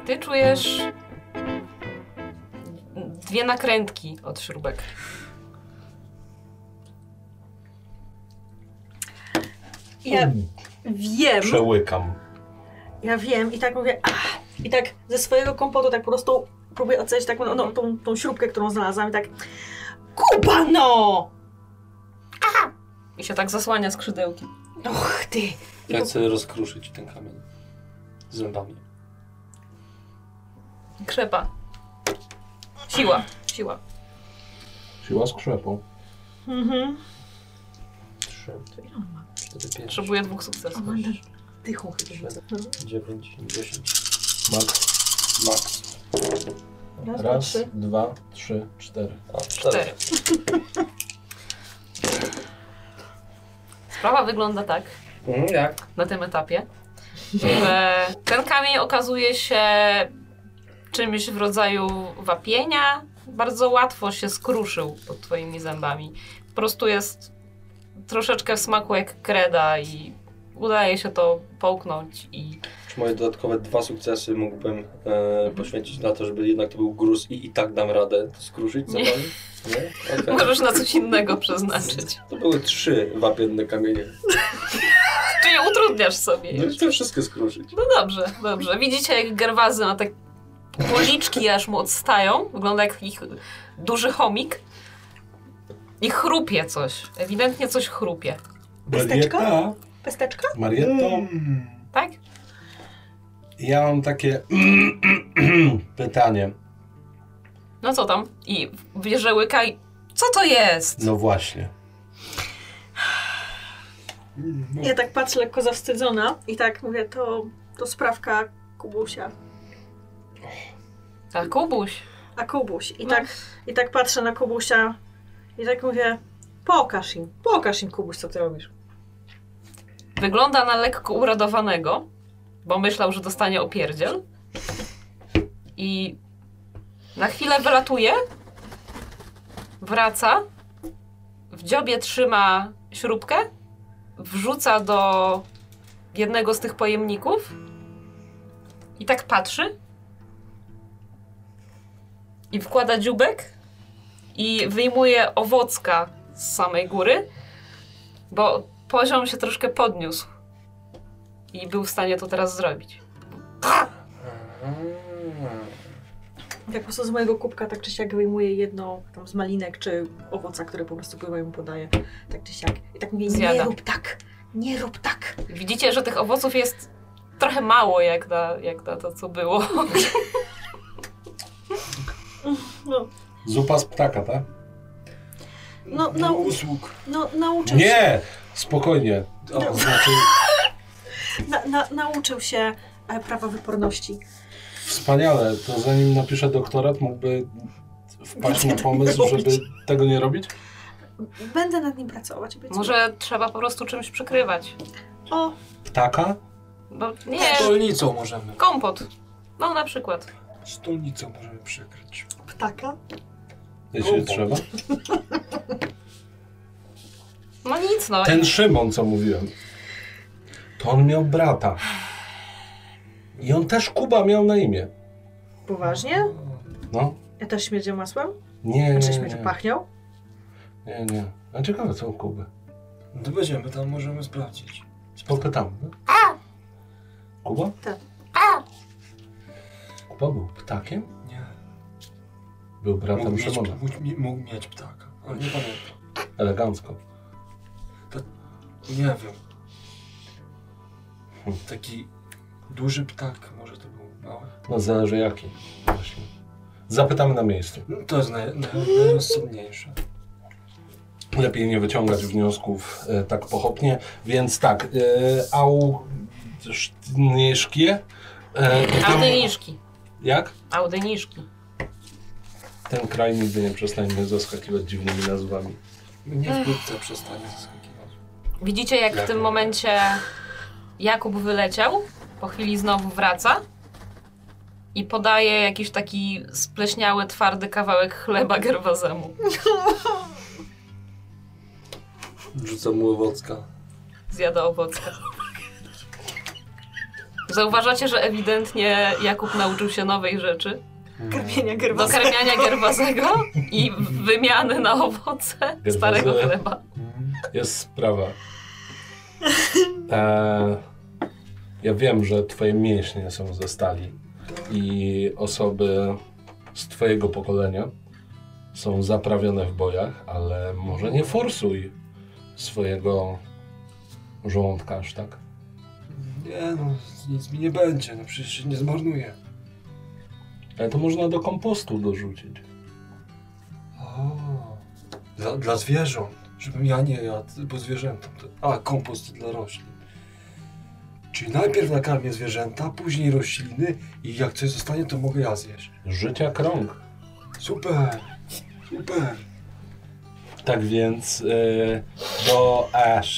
Ty czujesz 2 nakrętki od śrubek. Ja wiem. Przełykam. Ja wiem i tak mówię, i tak ze swojego kompotu tak po prostu próbuję ocenić tak, tą śrubkę, którą znalazłam i tak, Kuba, no! Aha! I się tak zasłania skrzydełki. Och, ty! Ja chcę rozkruszyć ten kamień zębami. Krzepa. Siła. Siła. Siła z krzepą. 3, To ile on ma? 4, 5, Potrzebuję 2 sukcesów. Amanda, dychu chyba. 9, 10. Max. Max. Raz, 2, 3, 4. 4. Sprawa wygląda tak, Jak? na tym etapie, że ten kamień okazuje się czymś w rodzaju wapienia. Bardzo łatwo się skruszył pod twoimi zębami. Po prostu jest troszeczkę w smaku jak kreda i udaje się to połknąć i... Czy moje dodatkowe 2 sukcesy mógłbym poświęcić na to, żeby jednak to był gruz i tak dam radę to skruszyć za Nie. wami? Nie? Okay. Możesz na coś innego przeznaczyć. To były 3 wapienne kamienie. Czyli utrudniasz sobie. No i to wszystkie skruszyć. No dobrze, dobrze. Widzicie, jak Gerwazy ma tak policzki aż mu odstają. Wygląda jak ich duży chomik. I chrupie coś. Ewidentnie coś chrupie. Pesteczka? Pesteczka? Marietto, Tak? ja mam takie pytanie. No co tam? I bierze łyka i... Co to jest? No właśnie. Ja tak patrzę lekko zawstydzona i tak mówię, to sprawka Kubusia. A Kubuś. A Kubuś. No. I tak patrzę na Kubusia i tak mówię, pokaż im Kubuś, co ty robisz. Wygląda na lekko uradowanego, bo myślał, że dostanie opierdziel. I na chwilę wylatuje, wraca, w dziobie trzyma śrubkę, wrzuca do jednego z tych pojemników i tak patrzy i wkłada dzióbek i wyjmuje owocka z samej góry, bo poziom się troszkę podniósł i był w stanie to teraz zrobić. Jak po prostu z mojego kubka tak czy siak wyjmuję jedną tam z malinek czy owoca, które po prostu pływają mu podaję. Tak czy siak. I tak mówię, Zjada. nie rób tak. Widzicie, że tych owoców jest trochę mało jak na to, co było. No, Zupa z ptaka, tak? Usług. nauczył się. Nie! Spokojnie. O, Znaczy, Nauczył się prawa wyporności. wspaniale. To zanim napiszę doktorat, mógłby wpaść na pomysł, żeby tego nie robić? Będę nad nim pracować. Obiecuję. Może trzeba po prostu czymś przykrywać. O, Ptaka? Bo nie, Stolnicą możemy. kompot. No na przykład. Stolnicą możemy przykryć. ptaka? Jeśli trzeba. No nic, no. Ten Szymon, co mówiłem, to on miał brata. I on też Kuba miał na imię. Poważnie? No. Ja też śmierdział masłem? Nie, Znaczy nie, śmierdział nie. pachniał? Nie. A ciekawe, co u Kuby. No to będziemy tam, możemy sprawdzić. Popytamy. No? Kuba? Tak. Kuba był ptakiem? Nie. Był bratem Szymona. Mógł mieć ptaka, ale nie pamiętam. Elegancko. Nie wiem. Taki duży ptak, może to był mały. No zależy jaki. Właśnie. Zapytamy na miejscu. No, to jest najrozsądniejsze. Lepiej nie wyciągać wniosków tak pochopnie. Więc tak, Audyniszkie. Audyniszki. Jak? Audyniszki. Ten kraj nigdy nie przestanie mnie zaskakiwać dziwnymi nazwami. Nie wkrótce przestanie zaskakiwać. Widzicie, jak w tym momencie Jakub wyleciał, po chwili znowu wraca i podaje jakiś taki spleśniały, twardy kawałek chleba Gerwazemu. Rzucam mu owocka. Zjada owocka. Zauważacie, że ewidentnie Jakub nauczył się nowej rzeczy. Karmienia Gerwazego. Dokarmiania Gerwazego i wymiany na owoce starego chleba. Jest sprawa. Ja wiem, że twoje mięśnie są ze stali i osoby z twojego pokolenia są zaprawione w bojach, ale może nie forsuj swojego żołądka aż tak. Nie no, nic mi nie będzie, no przecież się nie zmarnuje. Ale to można do kompostu dorzucić. Dla zwierząt, żebym ja nie jadł, bo zwierzętom to... A, kompost dla roślin. Czyli najpierw nakarmię zwierzęta, później rośliny i jak coś zostanie, to mogę ja zjeść. Życia krąg. Super, super. Tak więc do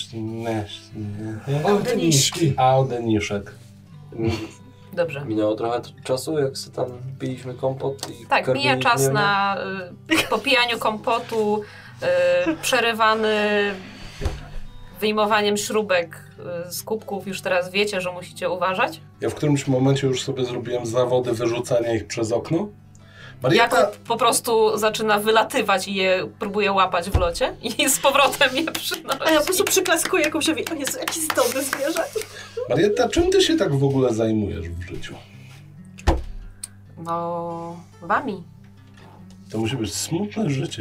Audeniszek. Dobrze. Minęło trochę czasu, jak sobie tam piliśmy kompot i Tak, mija karmiliśmy czas mnie. na popijaniu kompotu, przerywany wyjmowaniem śrubek z kubków. Już teraz wiecie, że musicie uważać. Ja w którymś momencie już sobie zrobiłem zawody wyrzucania ich przez okno. Marietta... Jakub po prostu zaczyna wylatywać i je próbuje łapać w locie i z powrotem je przynosi. A ja po prostu przyklaskuję Jakubowi. O Jezu, jaki zdobny zwierzę. Marietta, czym ty się tak w ogóle zajmujesz w życiu? No, wami. To musi być smutne życie.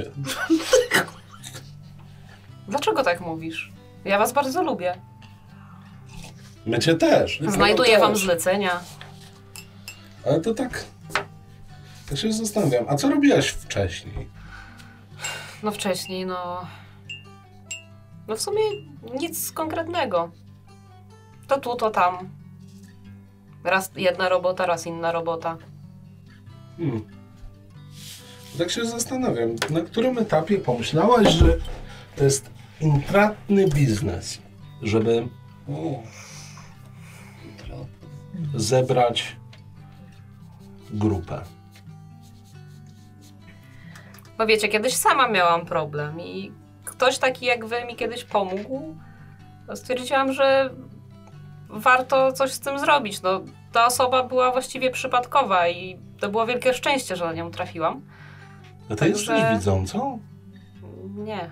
Dlaczego tak mówisz? Ja was bardzo lubię. My cię też. Znajduję wam też. zlecenia. Ale to tak... Tak się zastanawiam. A co robiłaś wcześniej? No wcześniej, no w sumie nic konkretnego. To tu, to tam. Raz jedna robota, raz inna robota. Tak się zastanawiam. Na którym etapie pomyślałaś, że to jest intratny biznes, żeby zebrać grupę? Bo wiecie, kiedyś sama miałam problem i ktoś taki jak wy mi kiedyś pomógł. Stwierdziłam, że warto coś z tym zrobić. No, ta osoba była właściwie przypadkowa i to było wielkie szczęście, że na nią trafiłam. A ty Także- jesteś widzącą? Nie.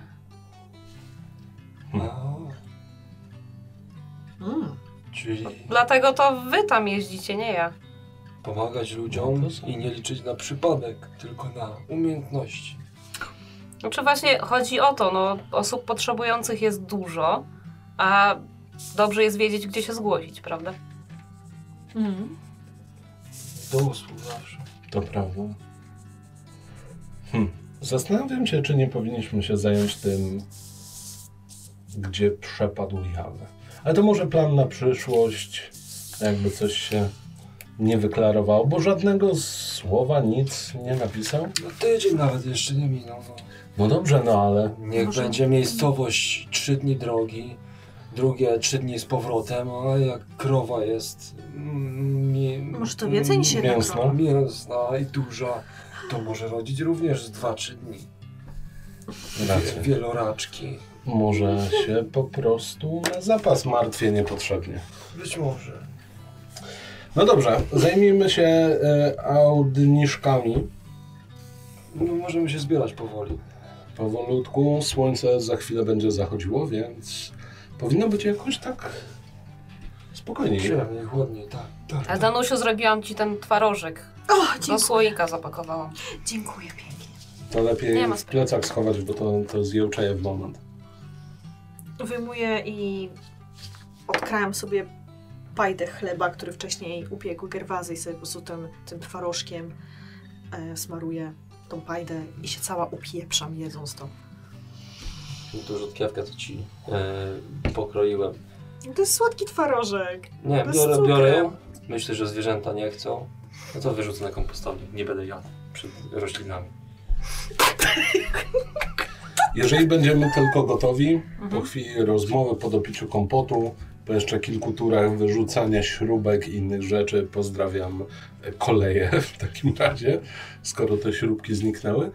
Czyli Dlatego to wy tam jeździcie, nie ja. pomagać ludziom No to są- i nie liczyć na przypadek, tylko na umiejętności. Znaczy właśnie chodzi o to, no osób potrzebujących jest dużo, a dobrze jest wiedzieć, gdzie się zgłosić, prawda? Do usług zawsze. To prawda. Zastanawiam się, czy nie powinniśmy się zająć tym, gdzie przepadł Janę. Ale to może plan na przyszłość, jakby coś się nie wyklarowało, bo żadnego słowa, nic nie napisał. No tydzień nawet jeszcze nie minął. No. No dobrze, no ale... Niech Może- będzie miejscowość 3 dni drogi, drugie 3 dni z powrotem, a jak krowa jest Może to więcej niż jedna mięsna. krowa. mięsna i duża, to może rodzić również z 2-3 dni. Racja. Wieloraczki. Może się po prostu na zapas martwię niepotrzebnie. Być może. No dobrze, zajmijmy się audniszkami. No, możemy się zbierać powoli. Powolutku, słońce za chwilę będzie zachodziło, więc powinno być jakoś tak spokojniej. Przyjemniej, chłodniej, tak. A Danusiu, zrobiłam ci ten twarożek. O, Do dziękuję. słoika zapakowałam. Dziękuję pięknie. To lepiej Nie ma w plecach schować, bo to zjełczeje w moment. Wyjmuję i odkrajam sobie pajdę chleba, który wcześniej upiekł Gerwazy i sobie po prostu tym twarożkiem smaruję tą pajdę i się cała upieprzam jedząc to. Tu rzutkiewkę to ci pokroiłem. To jest słodki twarożek. Nie, Bez biorę cukru. ją. Myślę, że zwierzęta nie chcą. No to wyrzucę na kompostownię. Nie będę jadł przed roślinami. Jeżeli będziemy tylko gotowi, po chwili rozmowy, po dopiciu kompotu, po jeszcze kilku turach wyrzucania śrubek i innych rzeczy, pozdrawiam koleje w takim razie, skoro te śrubki zniknęły,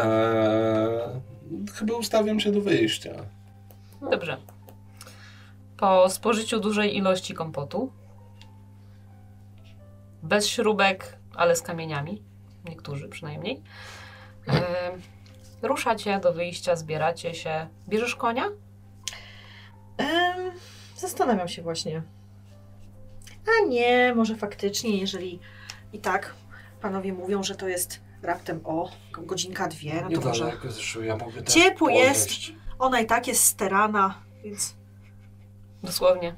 chyba ustawiam się do wyjścia. Dobrze. Po spożyciu dużej ilości kompotu bez śrubek, ale z kamieniami. Niektórzy przynajmniej. Ruszacie do wyjścia, zbieracie się. Bierzesz konia? Zastanawiam się właśnie. A nie, może faktycznie, jeżeli i tak panowie mówią, że to jest raptem godzinka, 2, no to może... Niedaleko zresztą, ja mogę też Ciepło podejść. jest. Ona i tak jest sterana, więc... Dosłownie.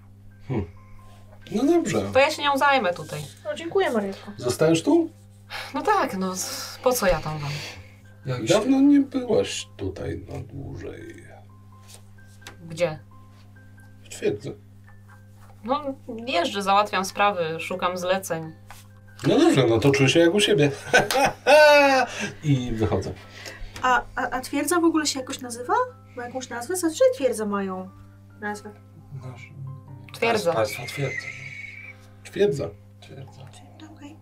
No dobrze. To ja się nią zajmę tutaj. No dziękuję, Marietko. Zostajesz tu? No tak, no po co ja tam mam? Jak Dawno nie byłaś tutaj na dłużej. Gdzie? W twierdzy. No jeżdżę, załatwiam sprawy, szukam zleceń. No dobrze, no to czuję się jak u siebie. I wychodzę. A twierdza w ogóle się jakoś nazywa? Ma jakąś nazwę? Zazwyczaj twierdza mają nazwę. Nasz... Twierdza. Państwa twierdza. Twierdza. Twierdza. Okej.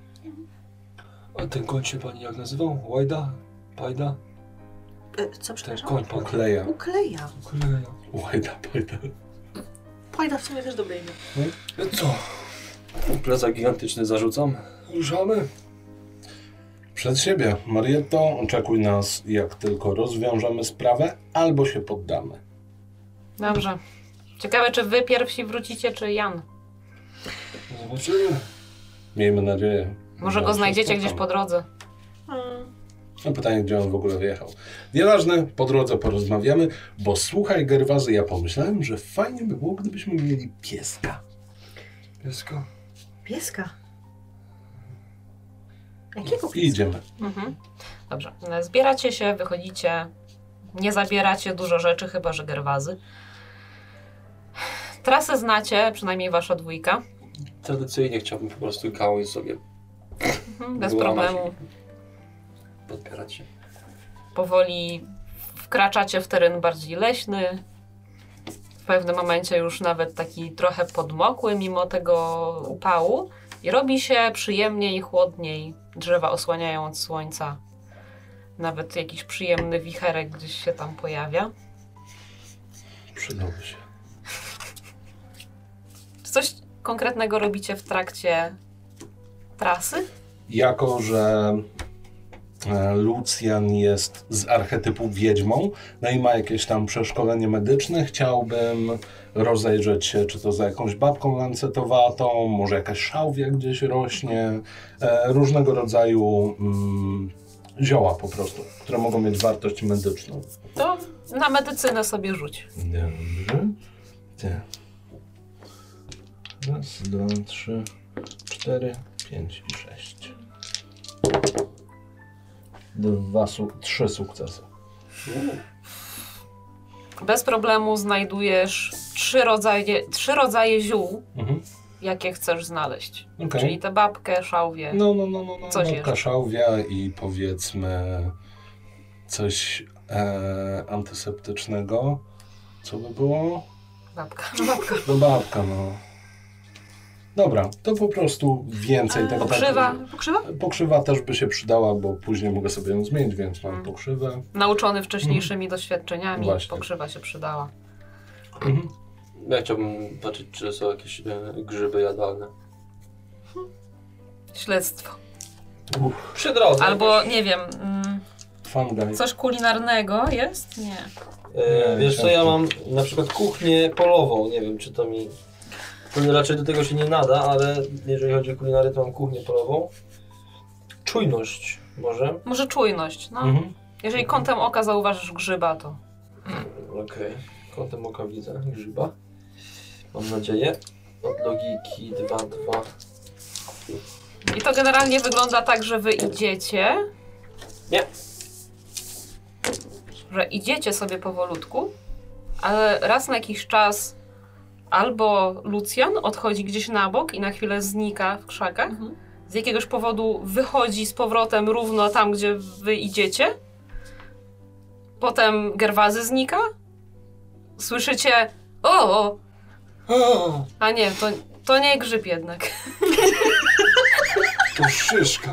A ten koń się pani jak nazywał? Łajda? Pajda? Co, Ten przepraszam? koń pan. Ukleja. Ukleja. Ukleja. Łajda, pojda. Pajda w sumie też dobre imię. Co? Plecak gigantyczny zarzucam. Ruszamy? Przed siebie. Marietto, oczekuj nas, jak tylko rozwiążemy sprawę, albo się poddamy. Dobrze. Ciekawe, czy wy pierwsi wrócicie, czy Jan? Zobaczymy. Miejmy nadzieję. Może go że znajdziecie spotkamy. gdzieś po drodze. No pytanie, gdzie on w ogóle wyjechał. Nieważne, po drodze porozmawiamy, bo słuchaj, Gerwazy, ja pomyślałem, że fajnie by było, gdybyśmy mieli pieska. Piesko? Pieska. Jakiego I pieska? idziemy. Mhm. Dobrze. Zbieracie się, wychodzicie. Nie zabieracie dużo rzeczy, chyba że Gerwazy. Trasę znacie, przynajmniej wasza dwójka. Tradycyjnie chciałbym po prostu gałąź sobie Bez wyłamać problemu. i podpierać się. Powoli wkraczacie w teren bardziej leśny. W pewnym momencie już nawet taki trochę podmokły mimo tego upału. I robi się przyjemniej i chłodniej. Drzewa osłaniają od słońca. Nawet jakiś przyjemny wicherek gdzieś się tam pojawia. Przydałby się. Czy coś konkretnego robicie w trakcie trasy? Jako, że Lucjan jest z archetypu wiedźmą, no i ma jakieś tam przeszkolenie medyczne, chciałbym rozejrzeć się, czy to za jakąś babką lancetowatą, może jakaś szałwia gdzieś rośnie, różnego rodzaju zioła po prostu, które mogą mieć wartość medyczną. To na medycynę sobie rzuć. Dobrze. Te. Raz, dwa, 3, 4, 5 i 6. 3 sukcesy. Bez problemu znajdujesz trzy rodzaje ziół, jakie chcesz znaleźć. Okay. Czyli tę babkę, szałwię. No, Coś babka szałwia i powiedzmy coś antyseptycznego. Co by było? Babka. No babka, no. Dobra, to po prostu więcej tego. Pokrzywa. Pokrzywa? Pokrzywa też by się przydała, bo później mogę sobie ją zmienić, więc mam pokrzywę. Nauczony wcześniejszymi doświadczeniami, Właśnie. pokrzywa się przydała. Ja chciałbym patrzeć, czy są jakieś grzyby jadalne. Śledztwo. Przy drodze. Albo, nie wiem, Fungi. coś kulinarnego jest? Nie. Wiesz co, ja mam na przykład kuchnię polową. Nie wiem, czy to mi... To raczej do tego się nie nada, ale jeżeli chodzi o kulinarię, to mam kuchnię polową. Czujność może. Może czujność, no. Jeżeli kątem oka zauważysz grzyba, to... Okej. Kątem oka widzę grzyba. Mam nadzieję. Od logiki 2. I to generalnie wygląda tak, że wy idziecie. Nie. Że idziecie sobie powolutku, ale raz na jakiś czas albo Lucjan odchodzi gdzieś na bok i na chwilę znika w krzakach. Z jakiegoś powodu wychodzi z powrotem równo tam, gdzie wy idziecie. Potem Gerwazy znika. Słyszycie o! A nie, to nie grzyb jednak. To szyszka.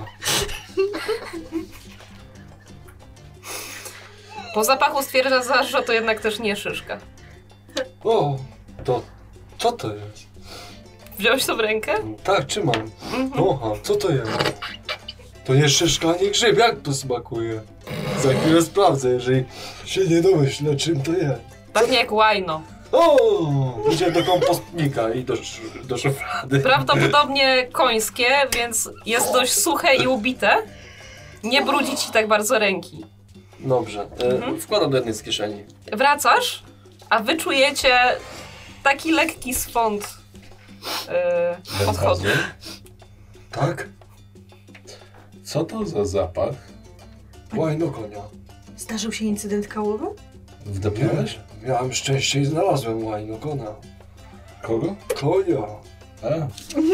Po zapachu stwierdzasz, że to jednak też nie szyszka. O, to co to jest? Wziąłeś to w rękę? Tak, trzymam. Oha, co to jest? To nie szyszka, nie grzyb, jak to smakuje? Za chwilę sprawdzę, jeżeli się nie domyślę, czym to jest. Pachnie jak łajno. O, idzie do kompostnika i do szuflady. Prawdopodobnie końskie, więc jest dość suche i ubite. Nie brudzi ci tak bardzo ręki. Dobrze, wkładam do jednej z kieszeni. Wracasz, a wy czujecie taki lekki swąd odchodu. Tak? Co to za zapach? Łajno konia. Zdarzył się incydent kałowy? Wdepnąłeś? Miałem szczęście i znalazłem łajno konia. Kogo? Konia. A.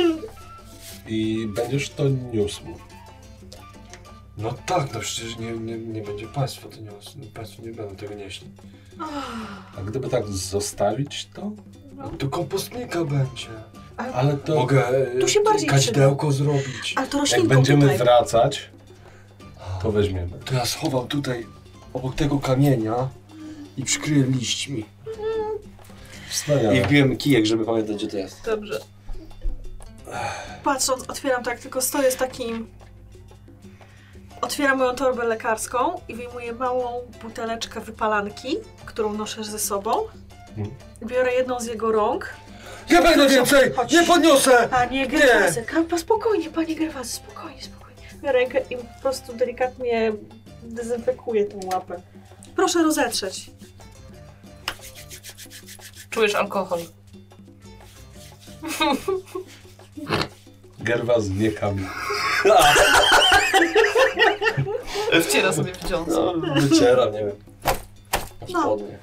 I będziesz to niósł. No tak, no przecież nie będzie państwo to niosło. Państwo nie będą tego nieśli. A gdyby tak zostawić to? No to kompostnika będzie. Ale to Mogę Tu się bardziej kadzidełko zrobić. Ale to jak roślinką będziemy tutaj. wracać, to weźmiemy. To ja schowam tutaj obok tego kamienia i przykryję liśćmi. Wspaniale. I wbiłem kijek, żeby pamiętać, gdzie to jest. Dobrze. Patrząc, otwieram tak, tylko stoję z takim... Otwieram moją torbę lekarską i wyjmuję małą buteleczkę wypalanki, którą noszę ze sobą. Biorę jedną z jego rąk. Nie będę więcej! Chodź. Nie podniosę! Panie Gerwazy, spokojnie, panie Gerwazy, spokojnie. Biorę rękę i po prostu delikatnie dezynfekuję tą łapę. Proszę rozetrzeć. Czujesz alkohol. Gerwa z wiekami. Wciera sobie w dziąsę. No, wycieram, nie wiem. No. Spodnie.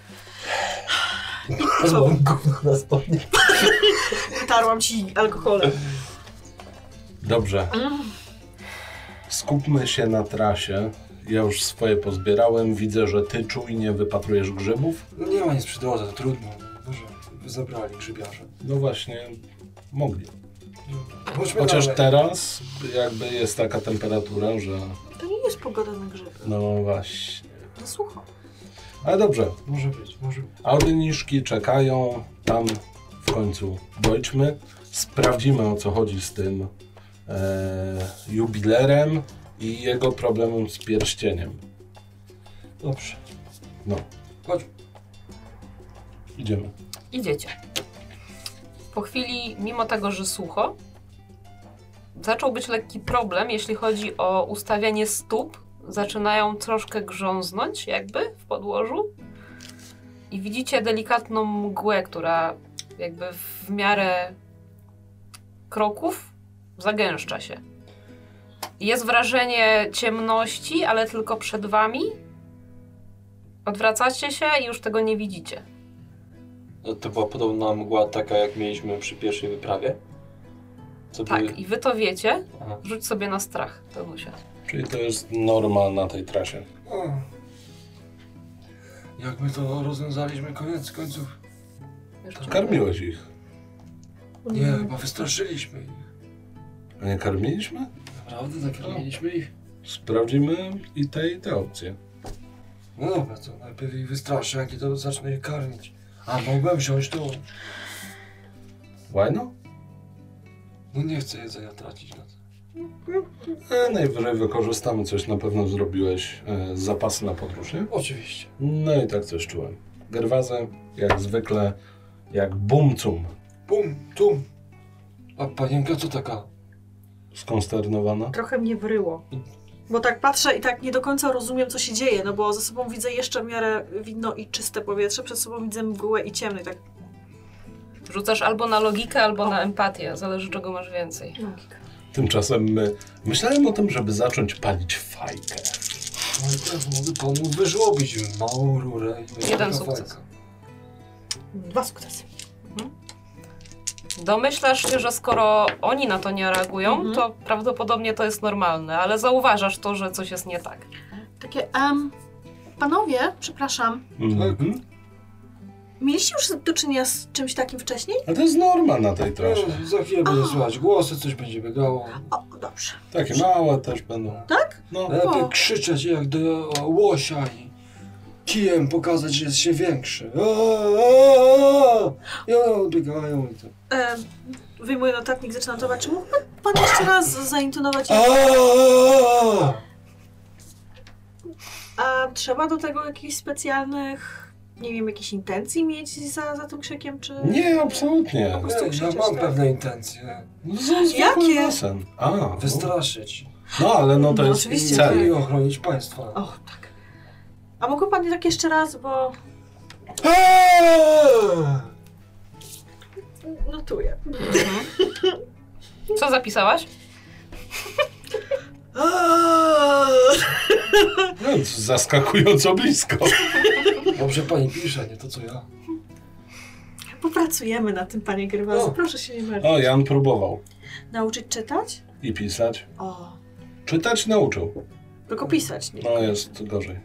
I co? Gówno na spodnie. Tarłam ci alkoholem. Dobrze. Skupmy się na trasie. Ja już swoje pozbierałem. Widzę, że ty czujnie wypatrujesz grzybów. No nie ma nic przy drodze, to trudno. Może by zabrali grzybiarze. No właśnie, mogli. Chodźmy Chociaż dalej. teraz jakby jest taka temperatura, że To nie jest pogoda na grzyby. no właśnie. Za sucho. Ale dobrze. Może być, może być. Audeniszki czekają. Tam w końcu dojdźmy. Sprawdzimy, o co chodzi z tym jubilerem i jego problemem z pierścieniem. Dobrze. No, Chodź. idziemy. Idziecie. Po chwili, mimo tego, że sucho, zaczął być lekki problem, jeśli chodzi o ustawianie stóp. Zaczynają troszkę grząznąć jakby w podłożu. I widzicie delikatną mgłę, która jakby w miarę kroków zagęszcza się. Jest wrażenie ciemności, ale tylko przed wami. Odwracacie się i już tego nie widzicie. To była podobna mgła taka, jak mieliśmy przy pierwszej wyprawie? Co Tak, były... i wy to wiecie. Aha. Rzuć sobie na strach, Danusia. Czyli to jest norma na tej trasie. O. Jak my to rozwiązaliśmy koniec końców? Karmiłeś ich. Nie, chyba wystraszyliśmy ich. A nie karmiliśmy? Naprawdę nakarmiliśmy ich? Sprawdzimy i te opcje. No dobra, to najpierw ich wystraszę, jak i to zacznę ich karmić. A mogłem wziąć to. Łajno? No nie chcę jedzenia tracić na to. Najwyżej wykorzystamy coś, na pewno zrobiłeś zapasy na podróż, nie? Oczywiście. No i tak coś czułem. Gerwazę, jak zwykle, jak bumcum. Bum, tum. A panienka co taka? Skonsternowana. Trochę mnie wryło. Bo tak patrzę i tak nie do końca rozumiem, co się dzieje, no bo za sobą widzę jeszcze w miarę widno i czyste powietrze, przed sobą widzę mgłę i ciemno i tak... Rzucasz albo na logikę, albo na empatię. Zależy, czego masz więcej. Logika. Tymczasem myślałem o tym, żeby zacząć palić fajkę. No i teraz mogę panu wyżłobić małą rurę i będzie Jeden taka sukces. fajka. 2 sukcesy. Domyślasz się, że skoro oni na to nie reagują, to prawdopodobnie to jest normalne, ale zauważasz to, że coś jest nie tak. Takie, panowie, przepraszam, Mhm. mieliście już do czynienia z czymś takim wcześniej? A to jest norma na tej trasie. No, za chwilę będzie słychać głosy, coś będzie biegało. O, dobrze. Takie małe też będą. Tak? No, Lepiej krzyczeć jak do łosia i kijem pokazać, że jest się większy. I one odbiegają i to. wyjmuję notatnik, zaczynam notować. Czy mógłby pan jeszcze raz zaintonować? A trzeba do tego jakichś specjalnych, nie wiem, jakichś intencji mieć za tym krzykiem, czy... Nie, absolutnie. Po prostu Ja krzyczeć, mam tak? pewne intencje. No, zwykły Jakie? basen. A, no. Wystraszyć. No, ale no to No, jest oczywiście. cel. I ochronić państwa. O, tak. A mógłby pan tak jeszcze raz, bo notuję. Co zapisałaś? No, zaskakująco blisko. Dobrze pani pisze, nie to co ja. Popracujemy na tym, panie Gerwazy. O. Proszę się nie martwić. O, Jan próbował. Nauczyć czytać? I pisać. O, Czytać nauczył. tylko pisać, nie? No, jest gorzej.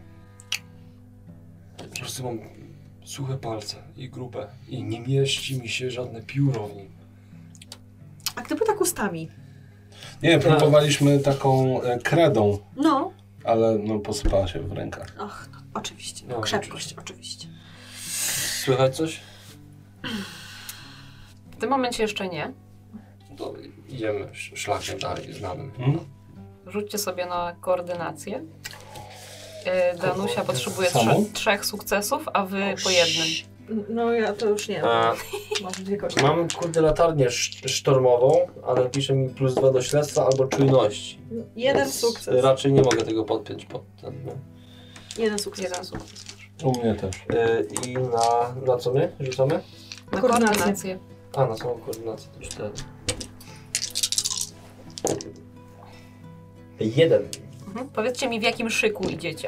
Po prostu mam suche palce i grube. I nie mieści mi się żadne pióro w nim. A gdyby tak ustami? Nie, próbowaliśmy taką kredą, No. ale no posypała się w rękach. Och, no, oczywiście. No, Krzepkość, oczywiście. Słychać coś? W tym momencie jeszcze nie. To idziemy szlakiem dalej, znanym. Rzućcie sobie na koordynację. Danusia potrzebuje Samą? 3 sukcesów, a wy po jednym. No ja to już nie. A, Mam 2 kości. mam kurde latarnię sztormową, ale pisze mi +2 do śledztwa albo czujności. 1 Więc sukces. Raczej nie mogę tego podpiąć pod ten. No. 1 sukces. 1 sukces. U mnie też. I na co my rzucamy? Na Koordynację. koordynację. A, na samą koordynację to 4. 1. Powiedzcie mi, w jakim szyku idziecie.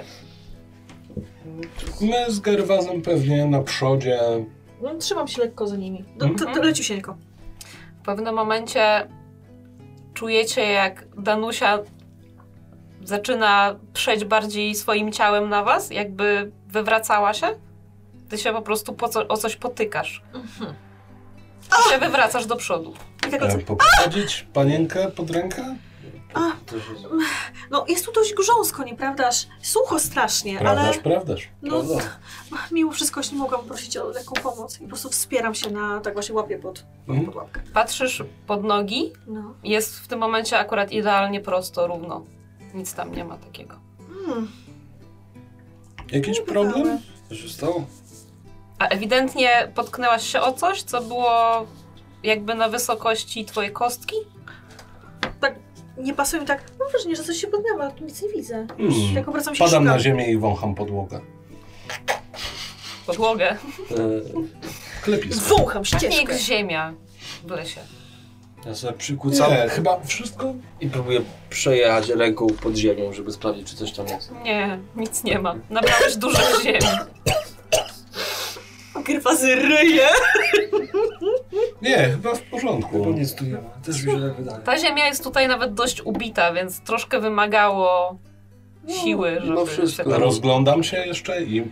My z Gerwazem pewnie na przodzie. No, trzymam się lekko za nimi. Leciusieńko. W pewnym momencie czujecie, jak Danusia zaczyna przejść bardziej swoim ciałem na was, jakby wywracała się. Ty się po prostu o coś potykasz. Ty się wywracasz do przodu. I tak lecę. Poprowadzić panienkę pod rękę? No jest tu dość grząsko, nieprawdaż? Sucho strasznie, Prawdaż, ale prawdaż. no, Prawda? mimo wszystko nie mogłam prosić o lekką pomoc. I po prostu wspieram się na, tak właśnie łapię pod łapkę. Patrzysz pod nogi, No. jest w tym momencie akurat idealnie prosto, równo. Nic tam nie ma takiego. Jakiś problem? Co się stało? A ewidentnie potknęłaś się o coś, co było jakby na wysokości twojej kostki? Tak nie pasuje mi tak, mam wrażenie, że coś się podmiało, ale tu nic nie widzę. Tak obracam się Padam szukam. na ziemię i wącham podłogę. Podłogę. Klepisko. Wącham Tak jak ścieżkę. ziemia w lesie. Ja sobie przykucam. Nie, chyba wszystko. I próbuję przejechać ręką pod ziemią, żeby sprawdzić, czy coś tam jest. Nie, nic nie ma. Nabrałeś dużo ziemi. Gerwazy ryje. Nie, chyba w porządku. Bo nic tu nie ma. Też mi się tak wydaje. Ta ziemia jest tutaj nawet dość ubita, więc troszkę wymagało siły, żeby no wszystko. się tam... Rozglądam się jeszcze i...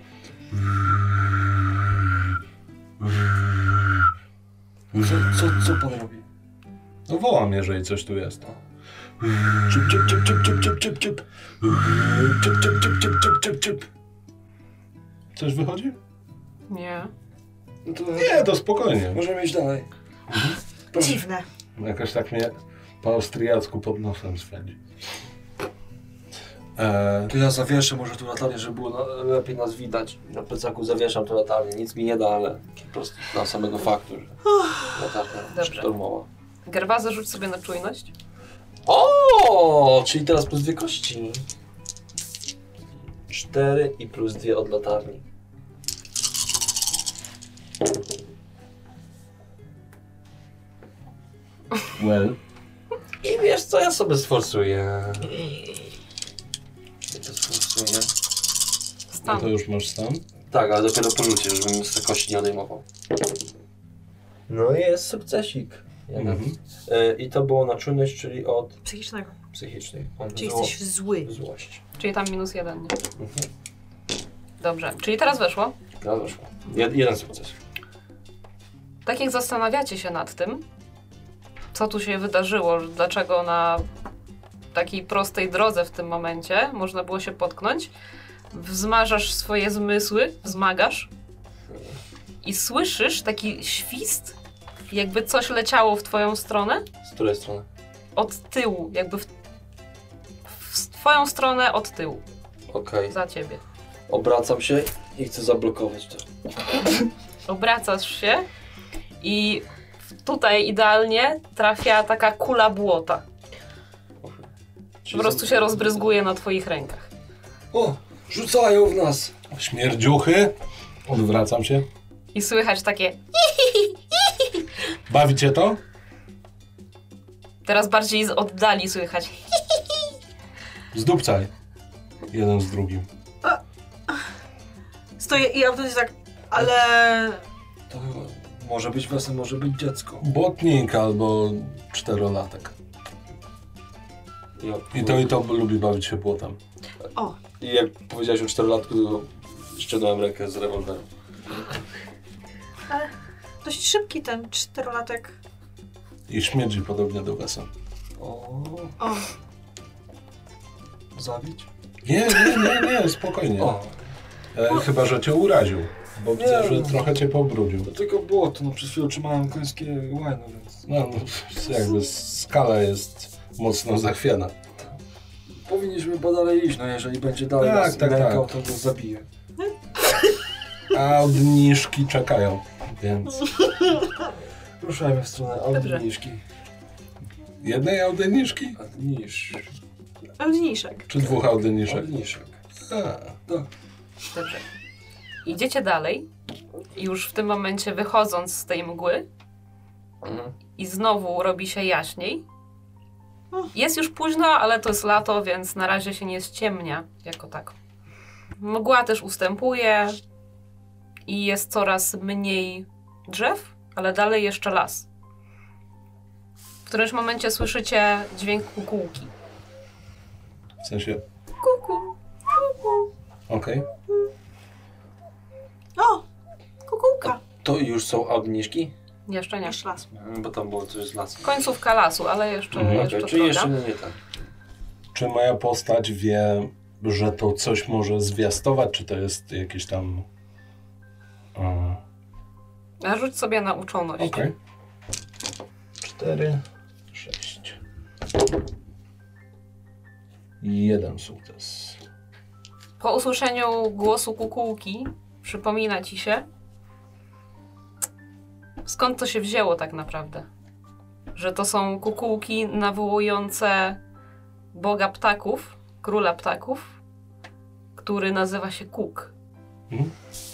Co pan robi? No wołam, jeżeli coś tu jest. Cip, cip, cip, cip, cip, cip, cip, cip. Cip, cip, cip, cip, cip, cip, cip. Coś wychodzi? Nie. No to Nie, to spokojnie. możemy iść dalej. Dziwne. Jakoś tak mnie po austriacku pod nosem swędzi. To ja zawieszę może tu latarnię, żeby było Lepiej nas widać. Na plecaku zawieszam tę latarnię. Nic mi nie da, ale po prostu dla samego faktu, że latarnia Dobrze. sztormowa. Gerwazy, rzuć sobie na czujność. O, czyli teraz plus 2 kości. 4 i plus 2 od latarni. Well. I wiesz co, ja sobie sforsuję. Ja to sforsuję. No Stan. to już masz stan. Tak, ale dopiero po rzucie, żebym z tej kości nie odejmował. No i jest sukcesik. Jeden. I to było na czujność, czyli od Psychicznego. psychicznej. Od Czy jesteś zły? złość. Czyli tam -1, nie? Mhm. Dobrze. Czyli teraz weszło. Ja weszło. Jeden sukces. Tak jak zastanawiacie się nad tym, co tu się wydarzyło, dlaczego na takiej prostej drodze w tym momencie można było się potknąć, wzmażasz swoje zmysły, wzmagasz i słyszysz taki świst, jakby coś leciało w twoją stronę. Z której strony? Od tyłu, jakby w twoją stronę od tyłu. Okej. Za ciebie. Obracam się i chcę zablokować to. Obracasz się i tutaj idealnie trafia taka kula błota. Po prostu się rozbryzguje na twoich rękach. O, rzucają w nas. Śmierdziuchy. Odwracam się. I słychać takie... Bawi cię to? Teraz bardziej z oddali słychać. Zdupcaj. Jeden z drugim. Stoję i automatycznie tak, ale... To może być wesel, może być dziecko. Błotnik albo 4-latek. I to lubi bawić się błotem. O, I jak powiedziałeś o 4-latku, to ściągnąłem rękę z rewolwerem. ale dość szybki ten 4-latek. I śmierdzi podobnie do Wesa. O, Zabić? Nie, spokojnie. O, Chyba, że cię uraził, bo widzę, Nie, że no. trochę cię pobrudził. to tylko błoto, no przez chwilę trzymałem końskie łajno, więc... No, jakby skala jest mocno zachwiana. Powinniśmy dalej iść, no jeżeli będzie dalej Tak, nas tak, nękał, tak. to go zabiję. A odniżki czekają, więc... Ruszajmy w stronę Dobrze. Audyniszki. Jednej audyniszki? Ełdniszek. Czy dwóch audyniszek? Audyniszek. Tak. Dobrze. Idziecie dalej. I już w tym momencie wychodząc z tej mgły i znowu robi się jaśniej. Jest już późno, ale to jest lato, więc na razie się nie ściemnia jako tak. Mgła też ustępuje i jest coraz mniej drzew, ale dalej jeszcze las. W którymś momencie słyszycie dźwięk kukułki. W sensie, Kuku. okej. O, kukułka. To już są ogniszki? Jeszcze nie. Jeszcze las. Bo tam było coś z lasu. Końcówka lasu, ale jeszcze, Mhm. jeszcze Okej, czyli droga. jeszcze nie tak. Czy moja postać wie, że to coś może zwiastować, czy to jest jakieś tam... A rzuć sobie na uczoność. Okej. 4, 6. 1 sukces. Po usłyszeniu głosu kukułki przypomina ci się, skąd to się wzięło tak naprawdę. Że to są kukułki nawołujące boga ptaków, króla ptaków, który nazywa się Kuk. Mhm.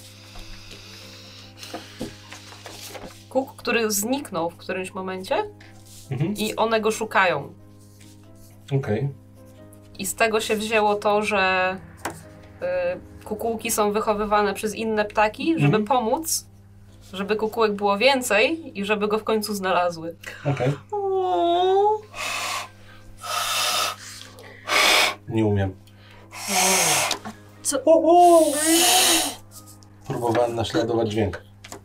Kuk, który zniknął w którymś momencie Mhm. i one go szukają. Okej. I z tego się wzięło to, że kukułki są wychowywane przez inne ptaki, żeby pomóc, żeby kukułek było więcej i żeby go w końcu znalazły. Okej. O, Nie umiem. co? Próbowałem naśladować dźwięk.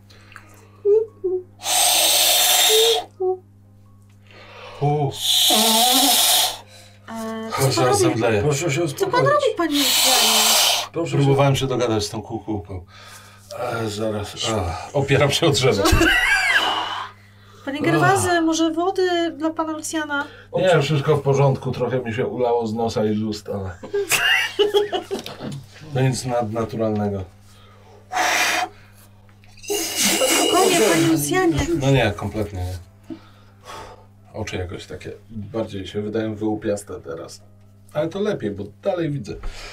Co pan Zaraz robi? zemdleję. Proszę się Co pan uspokoić. robi, panie Lucianie? Proszę się... Próbowałem się dogadać z tą kukułką. Zaraz. Opieram się o drzewo. Panie Gerwazy, może wody dla pana Lucjana? Nie, wszystko w porządku. Trochę mi się ulało z nosa i z ust, ale... To nic nadnaturalnego. Spokojnie, panie Lucjanie. No nie, kompletnie nie. Oczy jakoś takie bardziej się wydają wyłupiaste teraz. Ale to lepiej, bo dalej widzę.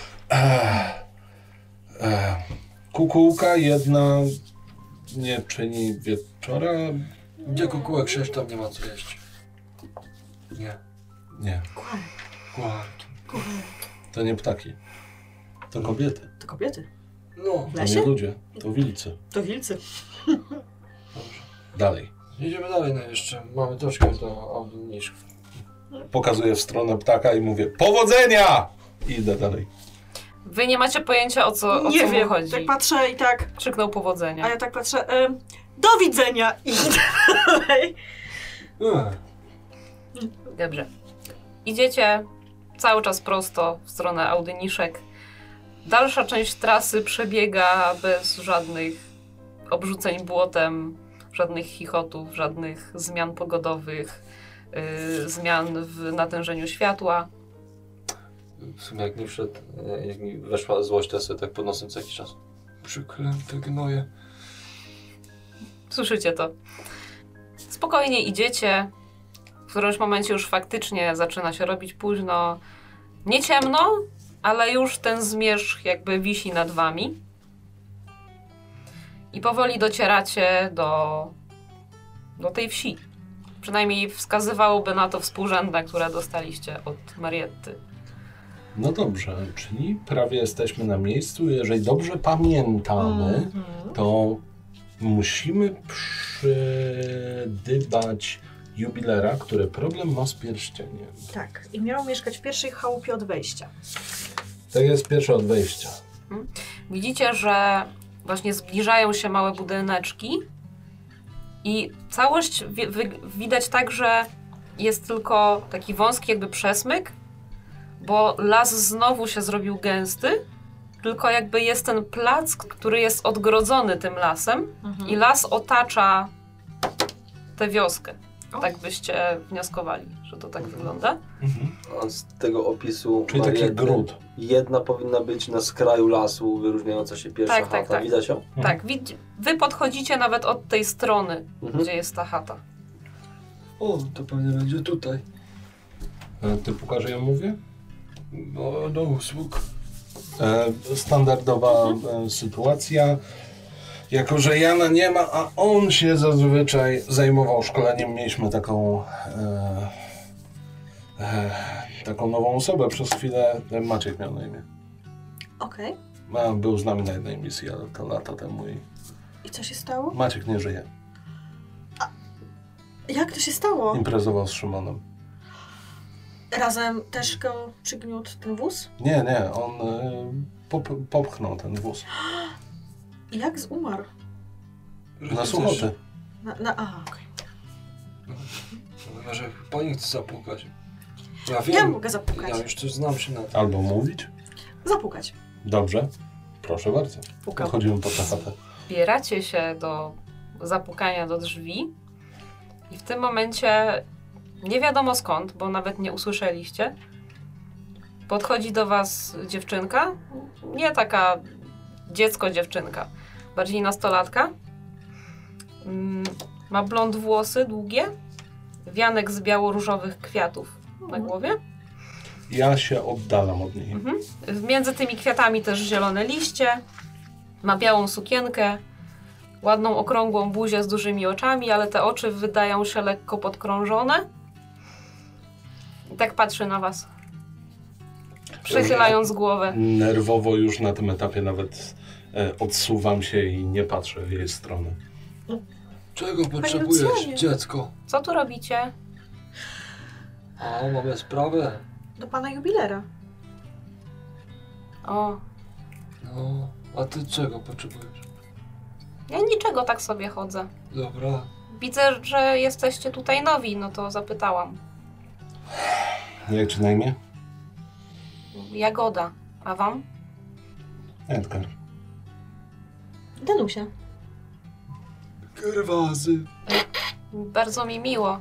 Kukułka jedna nie czyni wieczora. Gdzie kukułek 6, tam nie ma co jeść. Nie. Nie, Kłarki. to nie ptaki. To kobiety. To kobiety. No. W To lesie? nie ludzie. To wilcy. To wilcy. Dalej. Jedziemy dalej, no jeszcze. Mamy troszkę do Audyniszków. Pokazuję w stronę ptaka i mówię powodzenia! I idę dalej. Wy nie macie pojęcia o co Nie mu wiem, chodzi. tak patrzę i tak, Krzyknął powodzenia. a ja tak patrzę, do widzenia i idę dalej. Dobrze. Idziecie cały czas prosto w stronę Audyniszek. Dalsza część trasy przebiega bez żadnych obrzuceń błotem. żadnych chichotów, żadnych zmian pogodowych, zmian w natężeniu światła. W sumie jak mi weszła złość, to ja sobie tak pod nosem co jakiś czas. Przeklęte gnoje. Słyszycie to. Spokojnie idziecie. W którymś momencie już faktycznie zaczyna się robić późno. Nie ciemno, ale już ten zmierzch jakby wisi nad wami. I powoli docieracie do tej wsi. Przynajmniej wskazywałoby na to współrzędne, które dostaliście od Marietty. No dobrze, czyli prawie jesteśmy na miejscu. Jeżeli dobrze pamiętamy, to musimy przydybać jubilera, który problem ma z pierścieniem. Tak, i miał mieszkać w pierwszej chałupie od wejścia. Tak jest pierwsze od wejścia. Widzicie, że właśnie zbliżają się małe budyneczki i całość widać tak, że jest tylko taki wąski jakby przesmyk, bo las znowu się zrobił gęsty, tylko jakby jest ten plac, który jest odgrodzony tym lasem i las otacza tę wioskę. Tak byście wnioskowali, że to tak wygląda. A z tego opisu Czyli taki gród. jedna powinna być na skraju lasu, wyróżniająca się pierwsza chata. Tak. Widać ją? Tak, wy podchodzicie nawet od tej strony, gdzie jest ta chata. O, to pewnie będzie tutaj. Ty pukasz, ja mówię? No, do usług. Standardowa sytuacja. Jako że Jana nie ma, a on się zazwyczaj zajmował szkoleniem, mieliśmy taką nową osobę. Przez chwilę Maciek miał na imię. Okej. Był z nami na jednej misji, ale to lata temu I co się stało? Maciek nie żyje. Jak to się stało? Imprezował z Szymonem. Razem też go przygniótł ten wóz? Nie, on popchnął ten wóz. I jak umarł? Na suchoty. Aha, okej. Może pani chce zapukać. Ja mogę zapukać. Ja już też znam się na tym. Albo mówić. Zapukać. Dobrze. Proszę bardzo. Pukam. Podchodzimy po tę chatę. Bieracie się do zapukania do drzwi i w tym momencie nie wiadomo skąd, bo nawet nie usłyszeliście, podchodzi do was dziewczynka, nie taka dziecko-dziewczynka, bardziej nastolatka. Ma blond włosy długie, wianek z biało-różowych kwiatów na głowie. Ja się oddalam od niej. Między tymi kwiatami też zielone liście. Ma białą sukienkę, ładną, okrągłą buzię z dużymi oczami, ale te oczy wydają się lekko podkrążone. I tak patrzy na was, przechylając głowę. Nerwowo już na tym etapie nawet odsuwam się i nie patrzę w jej stronę. Czego potrzebujesz, Lucjanie. dziecko? Co tu robicie? A, mamy sprawę. Do pana jubilera. O, No, a ty czego potrzebujesz? ja niczego, tak sobie chodzę. Dobra. Widzę, że jesteście tutaj nowi, no to zapytałam. Jak ci na imię? Jagoda, a wam? Edgar. Danusia. Gerwazy. Bardzo mi miło.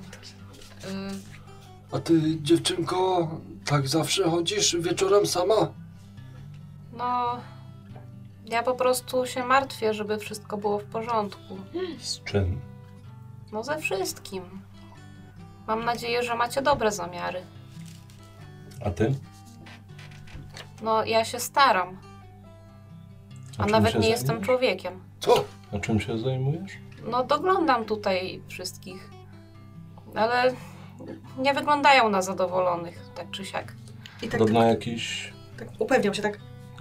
A ty, dziewczynko, tak zawsze chodzisz wieczorem sama? No, ja po prostu się martwię, żeby wszystko było w porządku. Z czym? No ze wszystkim. Mam nadzieję, że macie dobre zamiary. A ty? No, ja się staram. A czym nawet się nie jestem zajmujesz? człowiekiem. Co? A czym się zajmujesz? No, doglądam tutaj wszystkich. Ale nie wyglądają na zadowolonych, tak czy siak. I tak, Podobno jakiś... tak upewniam się, tak.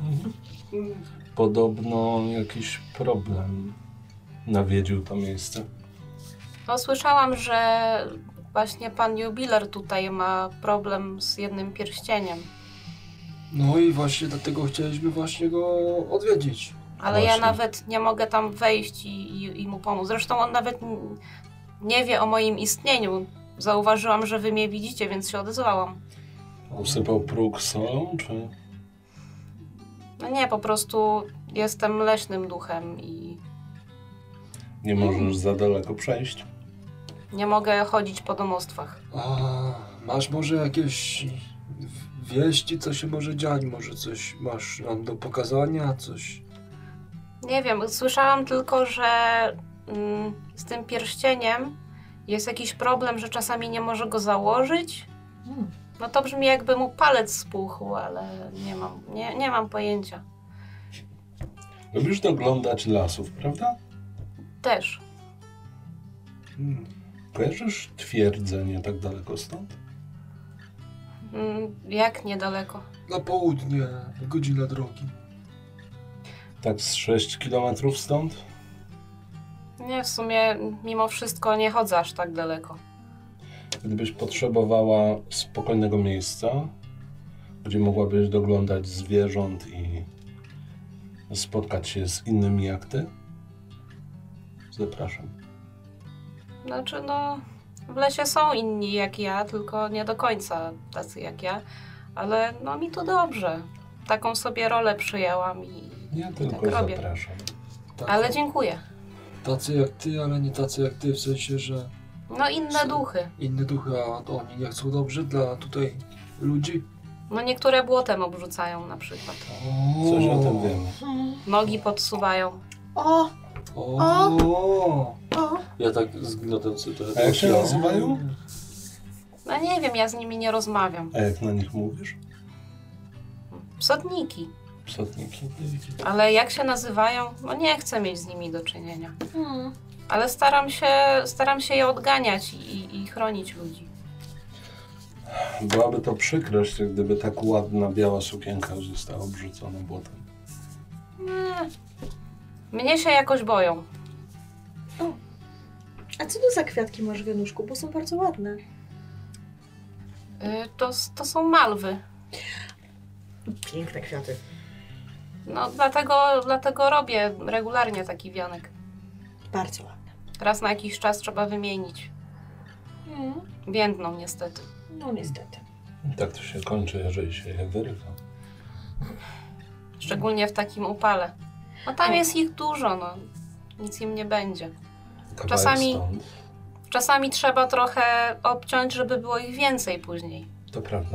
Podobno jakiś problem nawiedził to miejsce. No, słyszałam, że właśnie pan jubiler tutaj ma problem z jednym pierścieniem. No i właśnie dlatego chcieliśmy właśnie go odwiedzić. Ale ja Właśnie. nawet nie mogę tam wejść i mu pomóc. Zresztą on nawet nie wie o moim istnieniu. Zauważyłam, że wy mnie widzicie, więc się odezwałam. Usypał próg solą, czy... No nie, po prostu jestem leśnym duchem i Nie możesz za daleko przejść. Nie mogę chodzić po domostwach. A masz może jakieś wieści, co się może dziać? Może coś masz nam do pokazania? Coś? Nie wiem, słyszałam tylko, że z tym pierścieniem jest jakiś problem, że czasami nie może go założyć. No to brzmi, jakby mu palec spuchł, ale nie mam pojęcia. Lubisz doglądać lasów, prawda? Też. Kojarzysz twierdzę nie tak daleko stąd? Jak niedaleko? Na południe, godzina drogi. Tak z 6 kilometrów stąd? Nie, w sumie mimo wszystko nie chodzę aż tak daleko. Gdybyś potrzebowała spokojnego miejsca, gdzie mogłabyś doglądać zwierząt i spotkać się z innymi jak ty, zapraszam. Znaczy, no, w lesie są inni jak ja, tylko nie do końca tacy jak ja, ale no mi tu dobrze. Taką sobie rolę przyjęłam i Ja tylko tak robię. zapraszam. Ale dziękuję. Tacy jak ty, ale nie tacy jak ty, w sensie, że No inne duchy. inne duchy, a to oni nie chcą dobrze dla tutaj ludzi. No niektóre błotem obrzucają na przykład. Coś o tym wiemy. Nogi podsuwają. O! O. Ja tak z gnotem sobie trochę... A jak się nazywają? No nie wiem, ja z nimi nie rozmawiam. A jak na nich mówisz? Psotniki. Psotniki? Ale jak się nazywają? No nie chcę mieć z nimi do czynienia. Ale staram się je odganiać i chronić ludzi. Byłaby to przykrość, gdyby tak ładna biała sukienka została obrzucona błotem. Mnie się jakoś boją. A co to za kwiatki masz w wianuszku? Bo są bardzo ładne. To są malwy. Piękne kwiaty. No dlatego robię regularnie taki wianek. Bardzo ładne. Raz na jakiś czas trzeba wymienić. Więdną niestety. No niestety. Tak to się kończy, jeżeli się je wyrywa. Szczególnie w takim upale. No tam jest ich dużo, no. Nic im nie będzie. Kawałek stąd. Czasami trzeba trochę obciąć, żeby było ich więcej później. To prawda.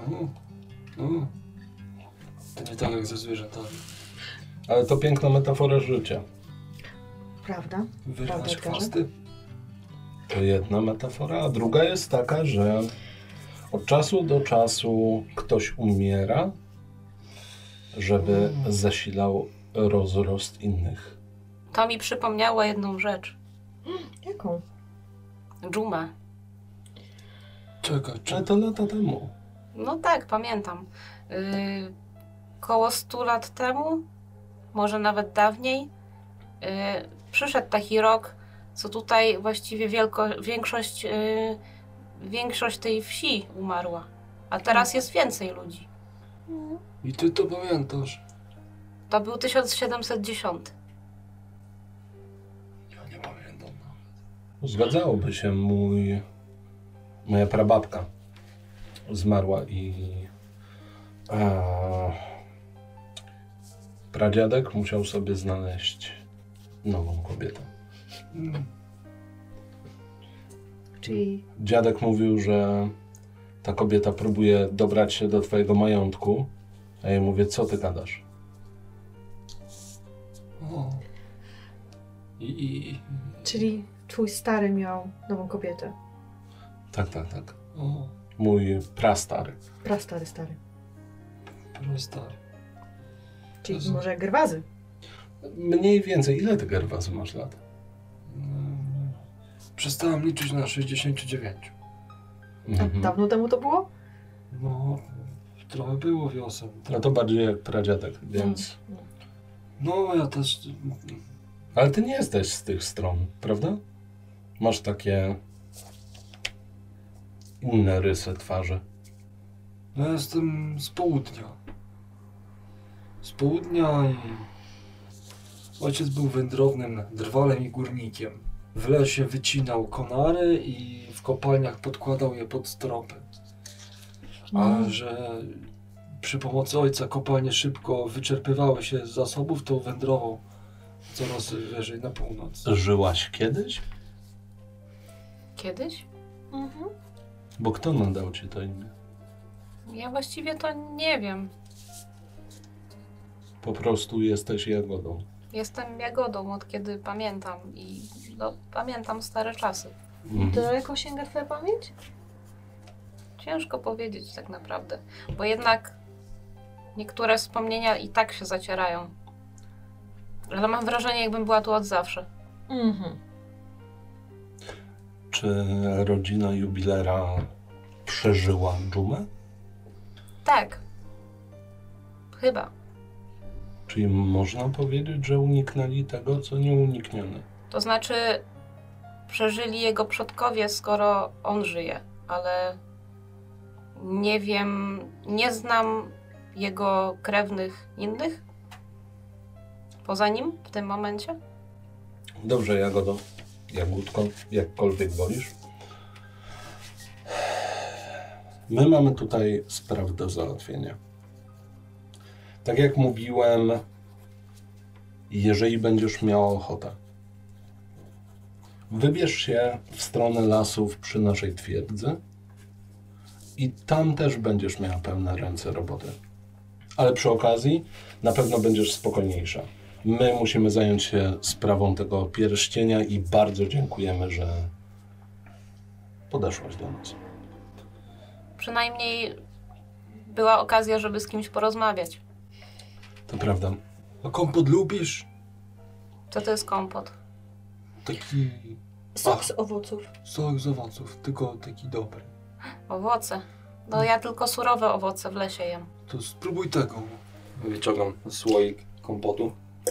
To nie tak jak ze zwierzętami. Ale to piękna metafora życia. Prawda? Wyrywać Prawda, chwasty. To jedna metafora, a druga jest taka, że od czasu do czasu ktoś umiera, żeby zasilał rozrost innych. To mi przypomniało jedną rzecz. Jaką? Dżumę. Czekaj, Ale to lata temu. No tak, pamiętam. Koło 100 lat temu, może nawet dawniej, przyszedł taki rok, co tutaj właściwie większość tej wsi umarła. A teraz jest więcej ludzi. I ty to pamiętasz? To był 1710. Ja nie pamiętam. Zgadzałoby się, moja prababka zmarła i pradziadek musiał sobie znaleźć nową kobietę. Czyli Dziadek mówił, że ta kobieta próbuje dobrać się do twojego majątku, a ja mówię, co ty gadasz? O. Czyli twój stary miał nową kobietę. Tak, tak, tak. O. Mój prastary. Prastary, stary. Prosta. Czyli Jezu. może Gerwazy. Mniej więcej. Ile ty, Gerwazy, masz lat? Przestałem liczyć na 69. A dawno temu to było? No, trochę było wiosen. No to bardziej jak pradziadek, więc... No, ja też... Ale ty nie jesteś z tych stron, prawda? Masz takie inne rysy twarzy. Ja jestem z południa. Z południa i... Ojciec był wędrownym drwalem i górnikiem. W lesie wycinał konary i w kopalniach podkładał je pod stropy. A że przy pomocy ojca kopalnie szybko wyczerpywały się z zasobów, to wędrował coraz wyżej na północ. Żyłaś kiedyś? Kiedyś? Mhm. Bo kto nadał ci to imię? Ja właściwie to nie wiem. Po prostu jesteś Jagodą. Jestem Jagodą od kiedy pamiętam i pamiętam stare czasy. Daleko sięga twoja pamięć? Ciężko powiedzieć tak naprawdę, bo jednak niektóre wspomnienia i tak się zacierają. Ale mam wrażenie, jakbym była tu od zawsze. Mhm. Czy rodzina jubilera przeżyła dżumę? Tak. Chyba. Czyli można powiedzieć, że uniknęli tego, co nieuniknione. To znaczy, przeżyli jego przodkowie, skoro on żyje, ale nie wiem, nie znam jego krewnych innych poza nim w tym momencie. Dobrze, Jagodo, Jagódko, jakkolwiek wolisz. My mamy tutaj sprawę do załatwienia. Tak jak mówiłem, jeżeli będziesz miała ochotę, wybierz się w stronę lasów przy naszej twierdzy i tam też będziesz miała pełne ręce roboty. Ale przy okazji na pewno będziesz spokojniejsza. My musimy zająć się sprawą tego pierścienia i bardzo dziękujemy, że podeszłaś do nas. Przynajmniej była okazja, żeby z kimś porozmawiać. To prawda. A kompot lubisz? Co to jest kompot? Taki Sok z owoców. sok z owoców, tylko taki dobry. Owoce. No ja tylko surowe owoce w lesie jem. To spróbuj tego. Wyciągam słoik kompotu.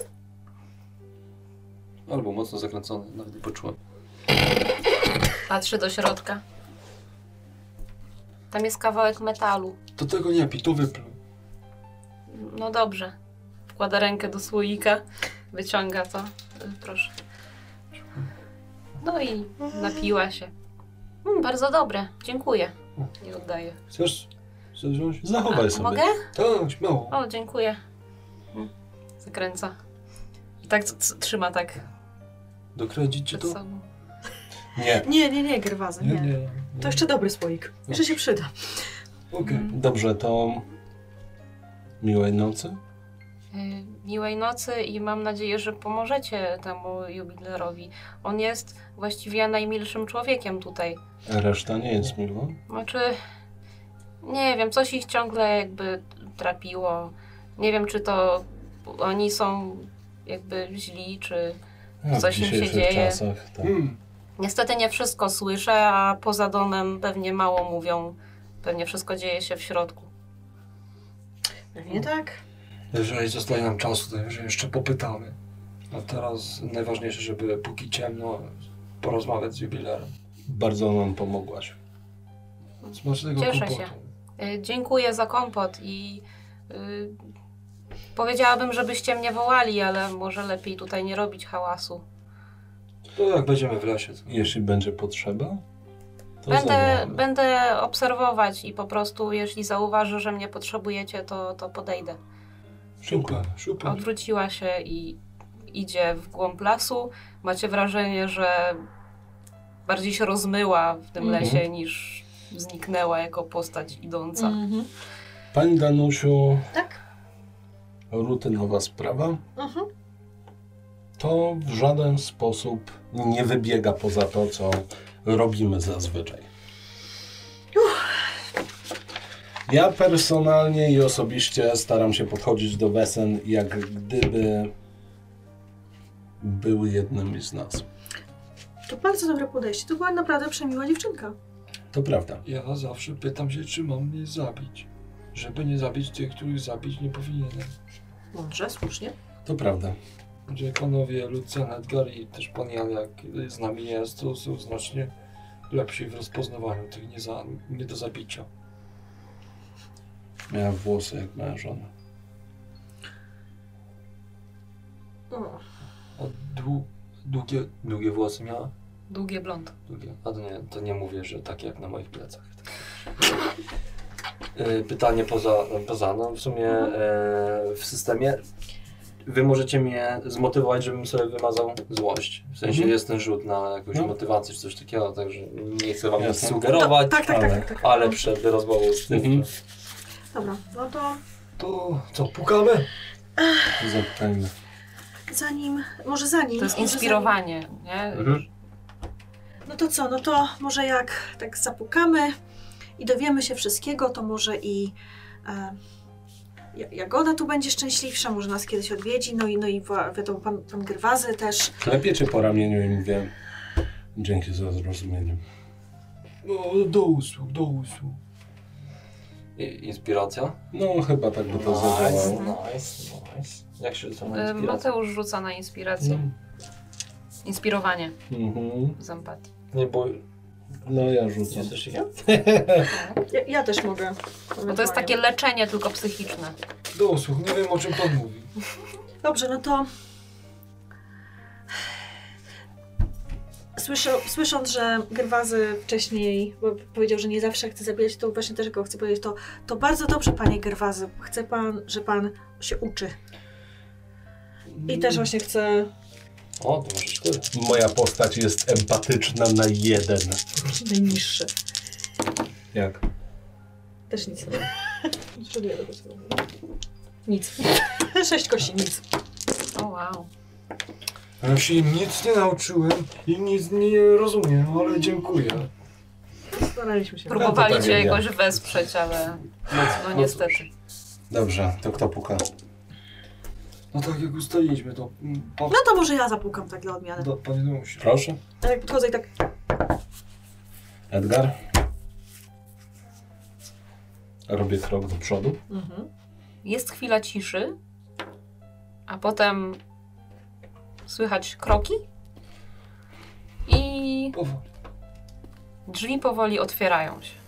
Albo mocno zakręcony, nawet nie poczułem. Patrzy do środka. Tam jest kawałek metalu. To tego nie pij, to wypluj. No dobrze. Wkłada rękę do słoika, wyciąga to. Proszę. No i napiła się. Bardzo dobre, dziękuję. I oddaję. Chcesz wziąć? Zachowaj sobie. Mogę? Tak, śmiało. O, dziękuję. Zakręca. I tak trzyma tak Dokręcić ci przed to? sobą. Nie. Gerwazy, Nie, nie. nie. To jeszcze dobry słoik. Jeszcze się przyda. Okej. Dobrze, to miłej nocy. Miłej nocy i mam nadzieję, że pomożecie temu jubilerowi. On jest właściwie najmilszym człowiekiem tutaj. Reszta nie jest miła. Znaczy, nie wiem, coś ich ciągle jakby trapiło. Nie wiem, czy to oni są jakby źli, czy A, coś w im się dzisiejszych dzieje. czasach, tak. Niestety nie wszystko słyszę, a poza domem pewnie mało mówią. Pewnie wszystko dzieje się w środku. Pewnie tak. Jeżeli zostaje nam czasu, to jeszcze popytamy. A teraz najważniejsze, żeby póki ciemno porozmawiać z jubilerem. Bardzo nam pomogłaś. Smacznego Cieszę kompotu. się. Dziękuję za kompot i powiedziałabym, żebyście mnie wołali, ale może lepiej tutaj nie robić hałasu. To jak będziemy w lesie. To... Jeśli będzie potrzeba, to zawołamy. Będę obserwować i po prostu, jeśli zauważę, że mnie potrzebujecie, to podejdę. Super, super. Odwróciła się i idzie w głąb lasu. Macie wrażenie, że bardziej się rozmyła w tym lesie niż zniknęła jako postać idąca. Pani Danusiu, Tak? rutynowa sprawa. Mhm. To w żaden sposób nie wybiega poza to, co robimy zazwyczaj. Ja personalnie i osobiście staram się podchodzić do wesen, jak gdyby były jednymi z nas. To bardzo dobre podejście. To była naprawdę przemiła dziewczynka. To prawda. Ja zawsze pytam się, czy mam mnie zabić. Żeby nie zabić tych, których zabić nie powinienem. Mądrze, słusznie. To prawda. Gdzie panowie Lucian, Edgar i też pan Jan, jak z nami jest, to są znacznie lepsi w rozpoznawaniu tych nie do zabicia. Miała włosy jak moja żona. O. A długie włosy miała? Długie blond. Długie. A to nie mówię, że takie jak na moich plecach. Pytanie poza no w sumie w systemie. wy możecie mnie zmotywować, żebym sobie wymazał złość. W sensie jest ten rzut na jakąś motywację czy coś takiego, także nie chcę wam nic sugerować, Tak. ale przed rozmową z tym. Dobra, no to To co, pukamy? Zapytajmy. zanim... To jest inspirowanie, nie? No to co, no to może jak tak zapukamy i dowiemy się wszystkiego, to może i Jagoda tu będzie szczęśliwsza, może nas kiedyś odwiedzi, no i wiadomo, pan Gerwazy też. Klepię cię po ramieniu i mówię, dzięki za zrozumienie. No, do usług, do usług. Inspiracja? No, chyba tak by to zadziałało. Nice. Jak się rzuca na inspirację? Mateusz rzuca na inspirację. Inspirowanie z empatii. Nie, bo... No, ja rzucam. Jest coś takiego? Ja też mogę. Bo to jest takie leczenie tylko psychiczne. Do usług, nie wiem o czym pan mówi. Dobrze, no to... Słysząc, że Gerwazy wcześniej powiedział, że nie zawsze chce zabijać, to właśnie też go chcę powiedzieć, to bardzo dobrze, panie Gerwazy. Chce pan, że pan się uczy. I też właśnie chcę... O, to może 4. Moja postać jest empatyczna na 1. Najniższy. Jak? Też nic. Nic. 6 kości, nic. O wow. Ja się nic nie nauczyłem i nic nie rozumiem, ale dziękuję. Staraliśmy się. Próbowali tak cię jak ja. jakoś wesprzeć, ale no niestety. Dobrze, to kto puka? No tak jak ustaliliśmy, to... No to może ja zapukam tak dla odmiany. Panie Danusiu. Proszę. A jak podchodzę i tak... Edgar? Robię krok do przodu. Jest chwila ciszy, a potem słychać kroki i Powoli. drzwi powoli otwierają się.